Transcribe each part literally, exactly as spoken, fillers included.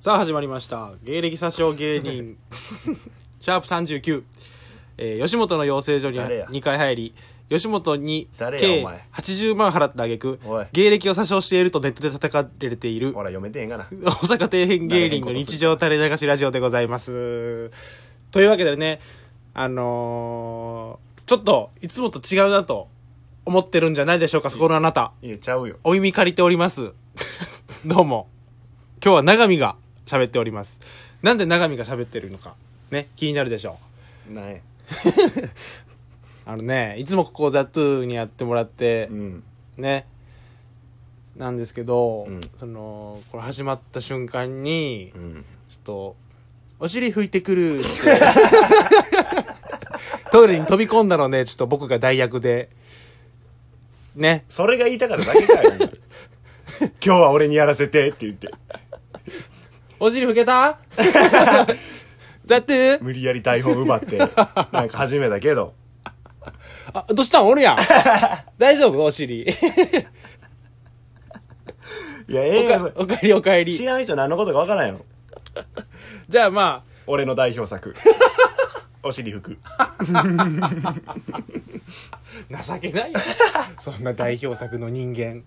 さあ始まりました芸歴詐称芸人シャープさんじゅうきゅう、えー、吉本の養成所ににかい入り吉本に計はちじゅうまん払った挙句芸歴を詐称しているとネットで叩かれているほら読めてへんがな大阪底辺芸人の日常垂れ流しラジオでございます。というわけでね、あのー、ちょっといつもと違うなと思ってるんじゃないでしょうか。そこのあなた、 いやちゃうよ、 お耳借りておりますどうも今日は永見が喋っております。なんで永見が喋ってるのかね、気になるでしょう。なんやあのね、いつもここザトゥーにやってもらって、うん、ねなんですけど、うん、そのこれ始まった瞬間に、うん、ちょっとお尻拭いてくるってトイレに飛び込んだのね、ちょっと僕が代役でね、 それが言いたかっただけかよ今日は俺にやらせてって言ってお尻拭けたザトゥー無理やり台本奪ってなんか始めたけどあ、どうしたんおるやん大丈夫お尻いや、ええよおかえりおかえり。 知らん人何のことかわからんよじゃあまあ俺の代表作お尻拭く情けないよそんな代表作の人間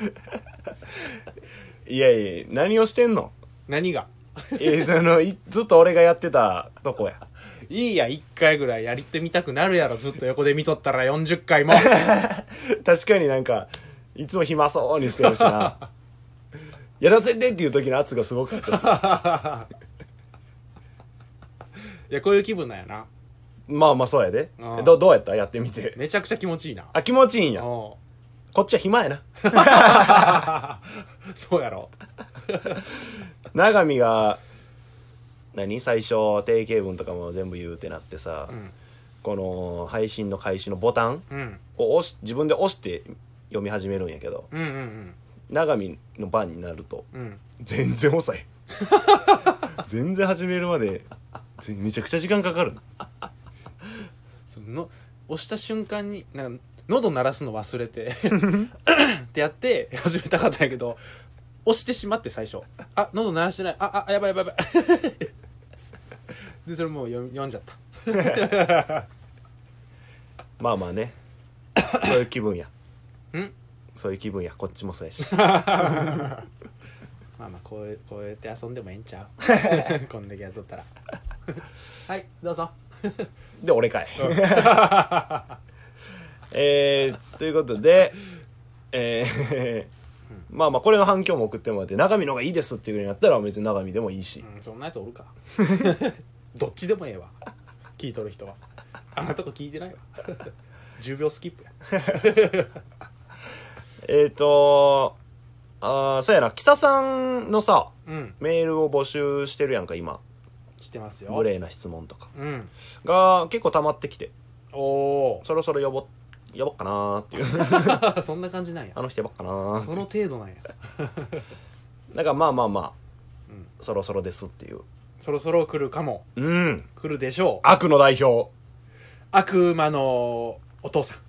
いやいや何をしてんの。 何がえそのいずっと俺がやってたとこや。 いいや、いっかいぐらいやりてみたくなるやろ、ずっと横で見とったらよんじゅっかいも確かになんかいつも暇そうにしてるしなやらせてっていう時の圧がすごかったしいや、こういう気分なんやな。 まあまあそうやで。ど, どうやったやってみて。 めちゃくちゃ気持ちいいな。 あ、気持ちいいんや。こっちは暇やなそうやろ永見が何最初定型文とかも全部言うってなってさ、うん、この配信の開始のボタンを押し自分で押して読み始めるんやけど、うんうんうん、永見の番になると、うん、全然遅い全然始めるまでめちゃくちゃ時間かかるその押した瞬間になんか喉鳴らすの忘れてってやって始めたかったんやけど、押してしまって最初あ喉鳴らしてない、ああやばいやばいやばいでそれもう読, 読んじゃったまあまあねそういう気分やんそういう気分や、こっちもそうやしまあまあこうこうやって遊んでもええんちゃうこんだけやっとったらはいどうぞで俺かいえー、ということでえーまあまあこれの反響も送ってもらって、長見の方がいいですっていう風になったら別に長見でもいいし、 うん、そんなやつおるかどっちでもええわ聞いとる人は。あんなとこ聞いてないわじゅうびょうスキップやえっとあそうやな、キサさんのさ、うん、メールを募集してるやんか今。 してますよ。 無礼な質問とか、 うん、 が結構溜まってきて、 おそろそろ呼ぼっやばっかなーっていうそんな感じなんや。 あの人やばっかなーその程度なんやなんかまあまあまあ、うん、そろそろですっていう。 そろそろ来るかも。 うん来るでしょう。 悪の代表、 悪魔のお父さん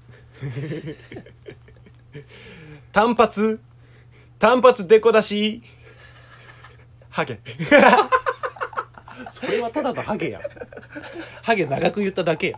単発単発デコ出しハゲそれはただのハゲやんハゲ長く言っただけや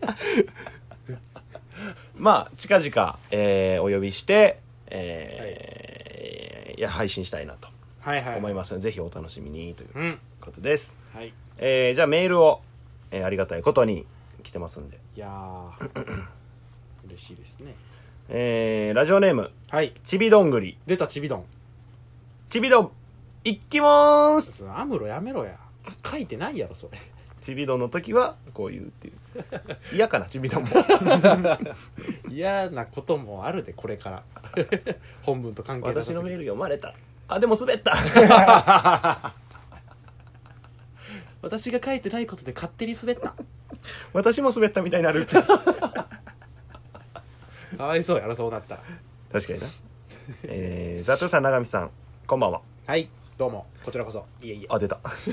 まあ近々、えー、お呼びして、えーはい、いや配信したいなと思いますので、はいはい、ぜひお楽しみにということです、うんはいえー、じゃあメールを、えー、ありがたいことに来てますんで、 いや嬉しいですね。 えー、ラジオネーム、 はい、 ちびどんぐり。 出たちびどん。 ちびどんいっきまーす。 アムロやめろや、書いてないやろそれ。 ちびどんの時はこう言うっていう嫌かなちびどんも嫌なこともあるでこれから本文と関係なさすぎて。 私のメール読まれた、あでも滑った私が書いてないことで勝手に滑った私も滑ったみたいになるかわいそうやろそうなったら。 確かにな。えー、ザトゥさん、永見さん、こんばんは。 はいどうも、こちらこそ。いえいえ。 あ出た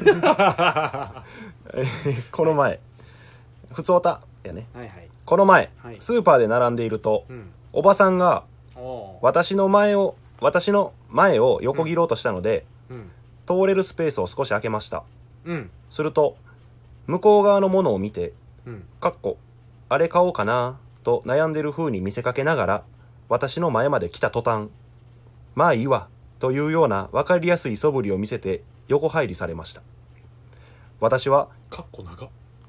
この前ふつおたやね、はいはい、この前、はい、スーパーで並んでいると、うん、おばさんが私の前を私の前を横切ろうとしたので、うんうん、 通れるスペースを少し空けました。 うんすると向こう側のものを見てうんかっこあれ買おうかなと悩んでる風に見せかけながら私の前まで来た途端、まあいいわというような分かりやすい素振りを見せて横入りされました。私はかっこ長っ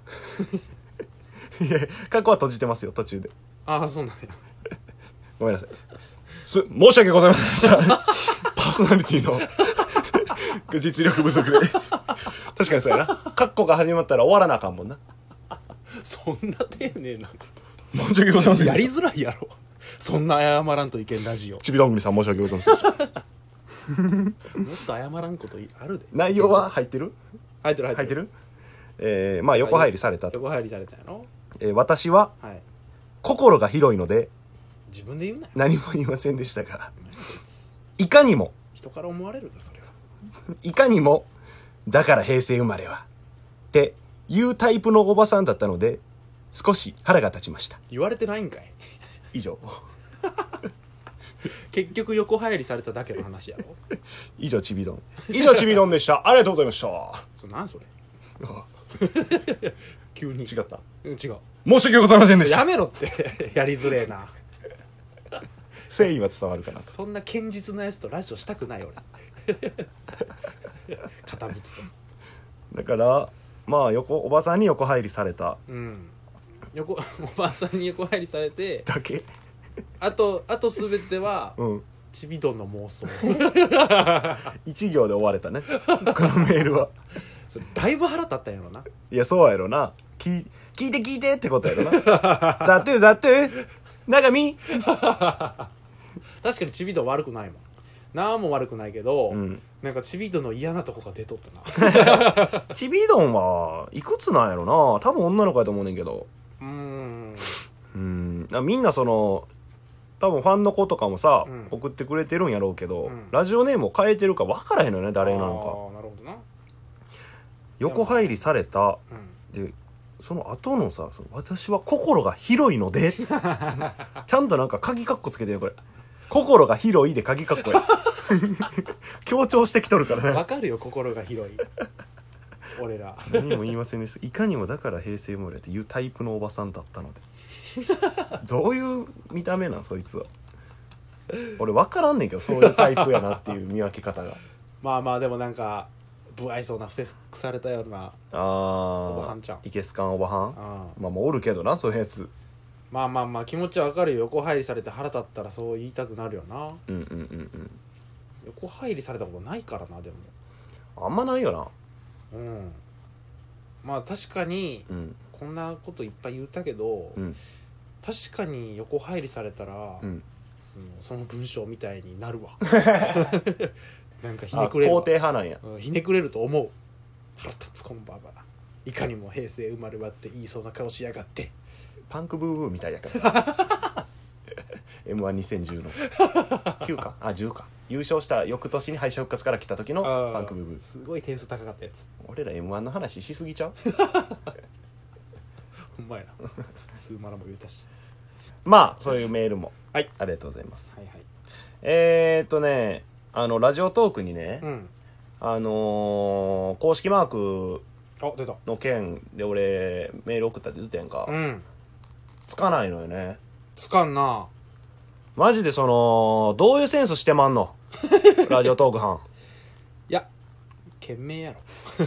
いや過去は閉じてますよ途中で。 ああそうなんやごめんなさい。す申し訳ございませんでしたパーソナリティの実力不足で確かにそうやな。カッコが始まったら終わらなあかんもんな。 そんな丁寧な申し訳ございませんやりでした。 づらいやろそんな謝らんといけんラジオ。もちびどんぐりさん申し訳ございませんでしたっと謝らんことあるで。 内容は入ってる入ってる入ってる入ってるえー、まあ横入りされたと、 横入りされたんやろ。 えー私ははい心が広いので自分で言うなよ。 何も言いませんでしたが、いかにも人から思われるよそれは。 いかにもだから平成生まれはっていうタイプのおばさんだったので少し腹が立ちました。 言われてないんかい。 以上結局横入りされただけの話やろ。 以上ちびどん以上ちびどんでした。ありがとうございました。 それなんそれ急に違ったうん違う。 申し訳ございませんでした。 やめろってやりづれえな。 誠意は伝わるかなと。 そんな堅実なやつとラジオしたくない俺堅物と。 だからまあ横おばさんに横入りされたうん横おばあさんに横入りされて、 だけ。 あとあと全てはうんちびどんの妄想一行で終われたねこのメールは。 それだいぶ腹立ったんやろな。 いやそうやろな。聞い聞いて聞いてってことやろなざっとざっと中身確かにちびどん悪くないもん。なんも悪くないけど、 うんなんかちびどんの嫌なとこが出とったなちびどんはいくつなんやろな。多分女の子やと思うねんけど、 うーんうんみんなその多分ファンの子とかもさ、 うん送ってくれてるんやろうけど、 うんラジオネームを変えてるか分からへんのよね誰なのあーか。 なるほどな。 横入りされたうんでその後のさその私は心が広いのでちゃんとなんか鍵カッコつけてるこれ。心が広いで鍵カッコや強調してきとるからね。 わかるよ心が広い俺ら。 何も言いませんでした。いかにもだから平成生まれっていうタイプのおばさんだったのでどういう見た目なんそいつは。俺分からんねんけどそういうタイプやなっていう見分け方が。 まあまあでもなんか不愛想なふてくされたようなあおばはーんちゃん。 いけすかんおばはん。 あまあもうおるけどなそういうやつ。 まあまあまあ気持ちはわかるよ。横入りされて腹立ったらそう言いたくなるよな。 うんうんうん横入りされたことないからなでも。 うんあんまないよな。 うんまあ確かにうんこんなこといっぱい言ったけど、 うん確かに横入りされたら、 うんそのその文章みたいになるわなんかひあねくれるわ肯定派なんや。 うんひねくれると思う。腹立つこのババア。いかにも平成生まれはって言いそうな顔しやがって。 パンクブーブーみたいやからさエムワンにせんじゅう のきゅうかあじゅうか優勝した翌年に敗者復活から来た時のパンクブーブー。 すごい点数高かったやつ。 俺ら エムワン の話しすぎちゃうほんまやなスーマラも言うたし。 まあそういうメールもはいありがとうございます。 はいはい。 えーっとねあのラジオトークにね、 うんあのー公式マークあ出た。 の件で俺メール送ったって言ってんか、 うんつかないのよねつかんな。 マジで。そのどういうセンスしてまんのラジオトーク班いや懸命やろ。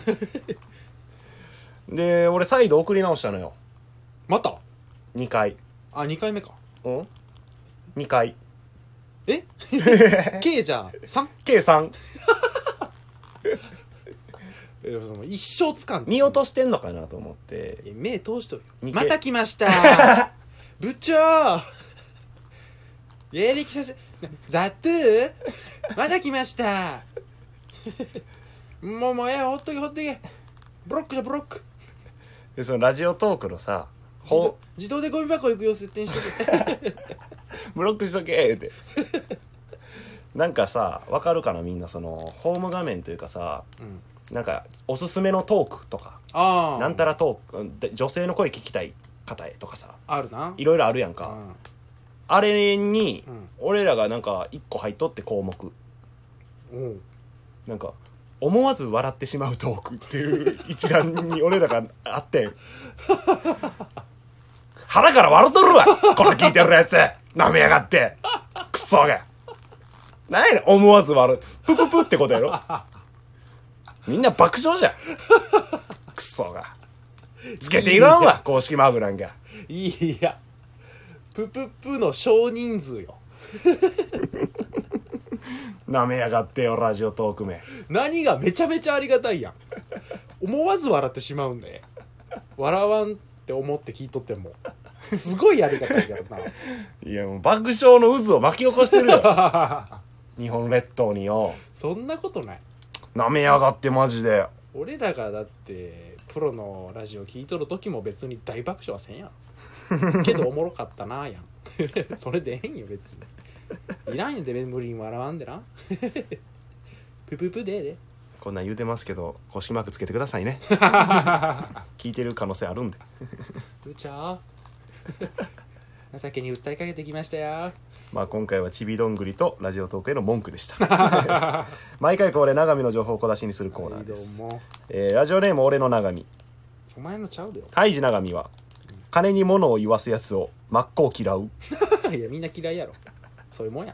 で俺再度送り直したのよまたにかい。 あにかいめか。 うんにかいえ計じゃあさん。 計さん。 えその一生つかん。 見落としてんのかなと思ってえ目通しとるよ。 にまた来ました部長芸歴させザットゥまた来ましたもうもうええほっとけほっとけ。ブロックじゃブロック。 でそのラジオトークのさ自動ほ自動でゴミ箱行くよ設定にしとけブロックしとけってなんかさわかるかなみんなそのホーム画面というかさうんなんかおすすめのトークとかああなんたらトークで女性の声聞きたい方へとかさあるないろいろあるやんか。あれにうん俺らがなんかいっこ入っとって項目うんなんか思わず笑ってしまうトークっていう一覧に俺らがあってん腹から笑っとるわこれ聞いてるやつなめやがってクソが何やねん思わず笑うプププってことやろみんな爆笑じゃんクソがつけていらんわ公式マークなんかいやプププの少人数よなめやがってよラジオトーク名何がめちゃめちゃありがたいやん思わず笑ってしまうんで笑わんって思って聞いとってもすごいありがたいからないやもう爆笑の渦を巻き起こしてるよ日本列島によそんなことないなめやがってマジで俺らがだってプロのラジオ聞いとる時も別に大爆笑はせんやんけどおもろかったなやんそれでええんよ別にいらんよで無理に笑わんでなプププででこんなん言うてますけど公式マークつけてくださいね聞いてる可能性あるんでうちゃう情けに訴えかけてきましたよ。 まあ今回はちびどんぐりとラジオトークへの文句でした毎回これ長見の情報を小出しにするコーナーです、 はい、どうも、 えー、ラジオネーム俺の長見。 お前のちゃうでよ。 ハイジ長見は金に物を言わすやつを真っ向嫌ういやみんな嫌いやろそういうもんや